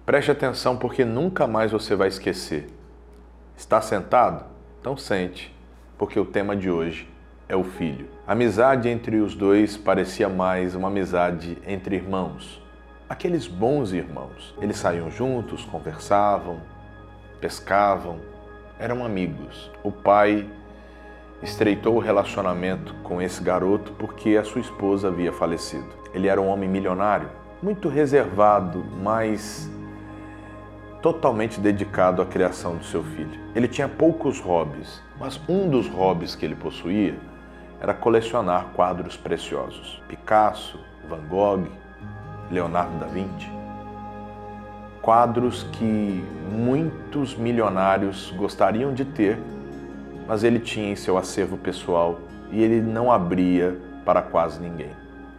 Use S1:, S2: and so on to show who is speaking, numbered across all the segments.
S1: Preste atenção porque nunca mais você vai esquecer. Está sentado? Então sente, porque o tema de hoje é o filho. A amizade entre os dois parecia mais uma amizade entre irmãos. Aqueles bons irmãos. Eles saíam juntos, conversavam, pescavam, eram amigos. O pai estreitou o relacionamento com esse garoto porque a sua esposa havia falecido. Ele era um homem milionário, muito reservado, mas totalmente dedicado à criação do seu filho. Ele tinha poucos hobbies, mas um dos hobbies que ele possuía era colecionar quadros preciosos. Picasso, Van Gogh, Leonardo da Vinci. Quadros que muitos milionários gostariam de ter, mas ele tinha em seu acervo pessoal e ele não abria para quase ninguém.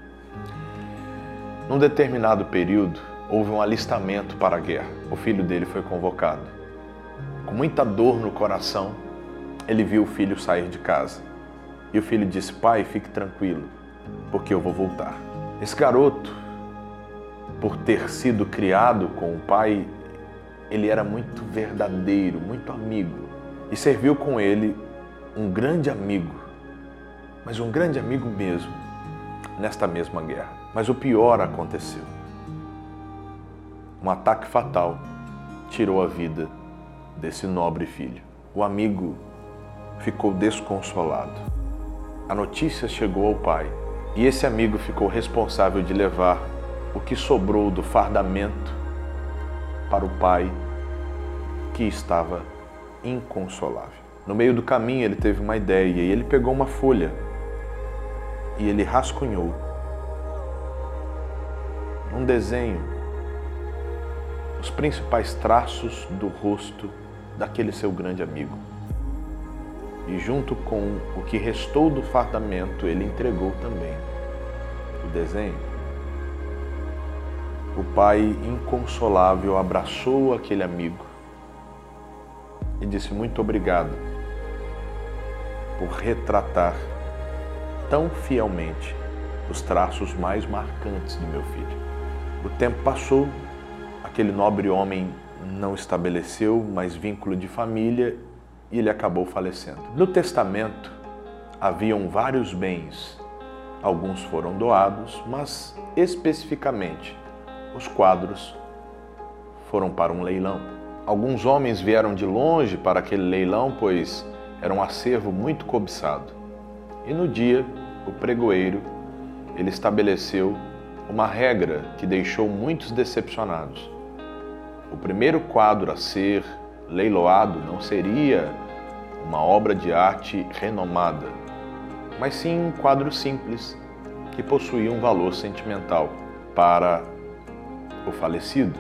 S1: Num determinado período, houve um alistamento para a guerra. O filho dele foi convocado. Com muita dor no coração, ele viu o filho sair de casa. E o filho disse: pai, fique tranquilo, porque eu vou voltar. Esse garoto, por ter sido criado com o pai, ele era muito verdadeiro, muito amigo. E serviu com ele um grande amigo, mas um grande amigo mesmo, nesta mesma guerra. Mas o pior aconteceu. Um ataque fatal tirou a vida desse nobre filho. O amigo ficou desconsolado. A notícia chegou ao pai e esse amigo ficou responsável de levar o que sobrou do fardamento para o pai, que estava inconsolável. No meio do caminho ele teve uma ideia e ele pegou uma folha e ele rascunhou um desenho, os principais traços do rosto daquele seu grande amigo. E junto com o que restou do fardamento, ele entregou também o desenho. O pai, inconsolável, abraçou aquele amigo e disse: muito obrigado por retratar tão fielmente os traços mais marcantes do meu filho. O tempo passou, aquele nobre homem não estabeleceu mais vínculo de família e ele acabou falecendo. No testamento haviam vários bens, alguns foram doados, mas especificamente os quadros foram para um leilão. Alguns homens vieram de longe para aquele leilão, pois era um acervo muito cobiçado. E no dia, o pregoeiro, ele estabeleceu uma regra que deixou muitos decepcionados. O primeiro quadro a ser leiloado não seria uma obra de arte renomada, mas sim um quadro simples que possuía um valor sentimental para o falecido.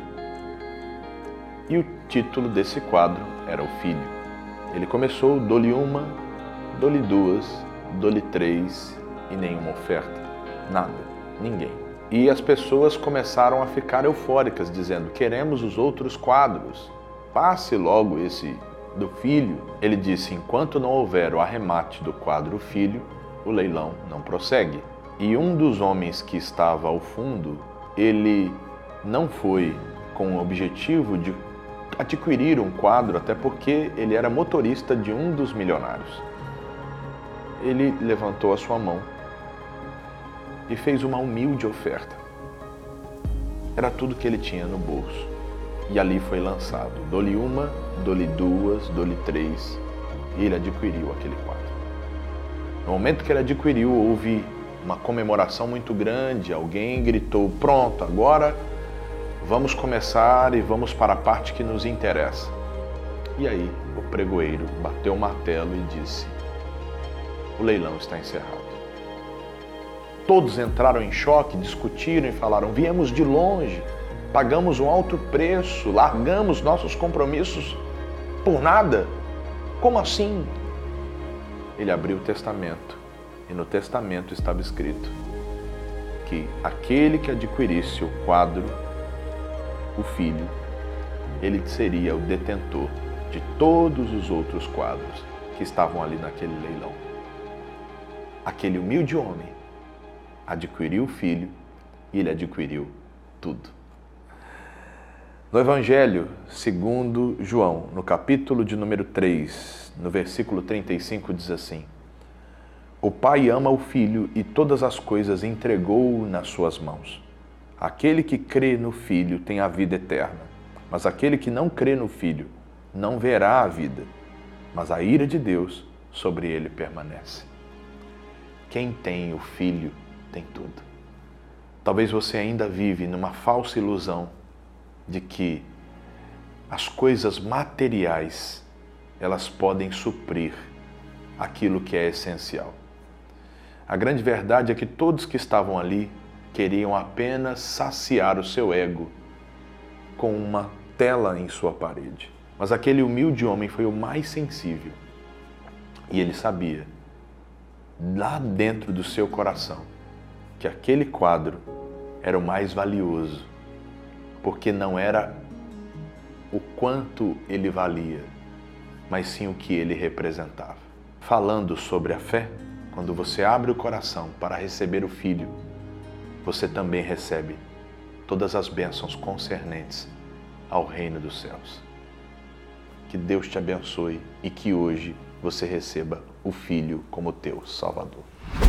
S1: E o título desse quadro era O Filho. Ele começou: dou-lhe uma, dou-lhe duas, dou-lhe três, e nenhuma oferta. Nada, ninguém. E as pessoas começaram a ficar eufóricas, dizendo: queremos os outros quadros, passe logo esse do filho. Ele disse: enquanto não houver o arremate do quadro Filho, o leilão não prossegue. E um dos homens que estava ao fundo, ele não foi com o objetivo de adquirir um quadro, até porque ele era motorista de um dos milionários. Ele levantou a sua mão e fez uma humilde oferta. Era tudo que ele tinha no bolso. E ali foi lançado: dou-lhe uma, dou-lhe duas, dou-lhe três. E ele adquiriu aquele quadro. No momento que ele adquiriu, houve uma comemoração muito grande. Alguém gritou: pronto, agora vamos começar e vamos para a parte que nos interessa. E aí o pregoeiro bateu o martelo e disse: o leilão está encerrado. Todos entraram em choque, discutiram e falaram: viemos de longe, pagamos um alto preço, largamos nossos compromissos por nada. Como assim? Ele abriu o testamento e no testamento estava escrito que aquele que adquirisse o quadro, o filho, ele seria o detentor de todos os outros quadros que estavam ali naquele leilão. Aquele humilde homem adquiriu o filho e ele adquiriu tudo. No Evangelho segundo João, no capítulo de número 3, no versículo 35, diz assim: O Pai ama o Filho e todas as coisas entregou nas suas mãos. Aquele que crê no Filho tem a vida eterna, mas aquele que não crê no Filho não verá a vida, mas a ira de Deus sobre ele permanece. Quem tem o Filho tem tudo. Talvez você ainda vive numa falsa ilusão de que as coisas materiais, elas podem suprir aquilo que é essencial. A grande verdade é que todos que estavam ali queriam apenas saciar o seu ego com uma tela em sua parede. Mas aquele humilde homem foi o mais sensível. E ele sabia, lá dentro do seu coração, que aquele quadro era o mais valioso, porque não era o quanto ele valia, mas sim o que ele representava. Falando sobre a fé, quando você abre o coração para receber o Filho, você também recebe todas as bênçãos concernentes ao reino dos céus. Que Deus te abençoe e que hoje você receba o Filho como teu Salvador.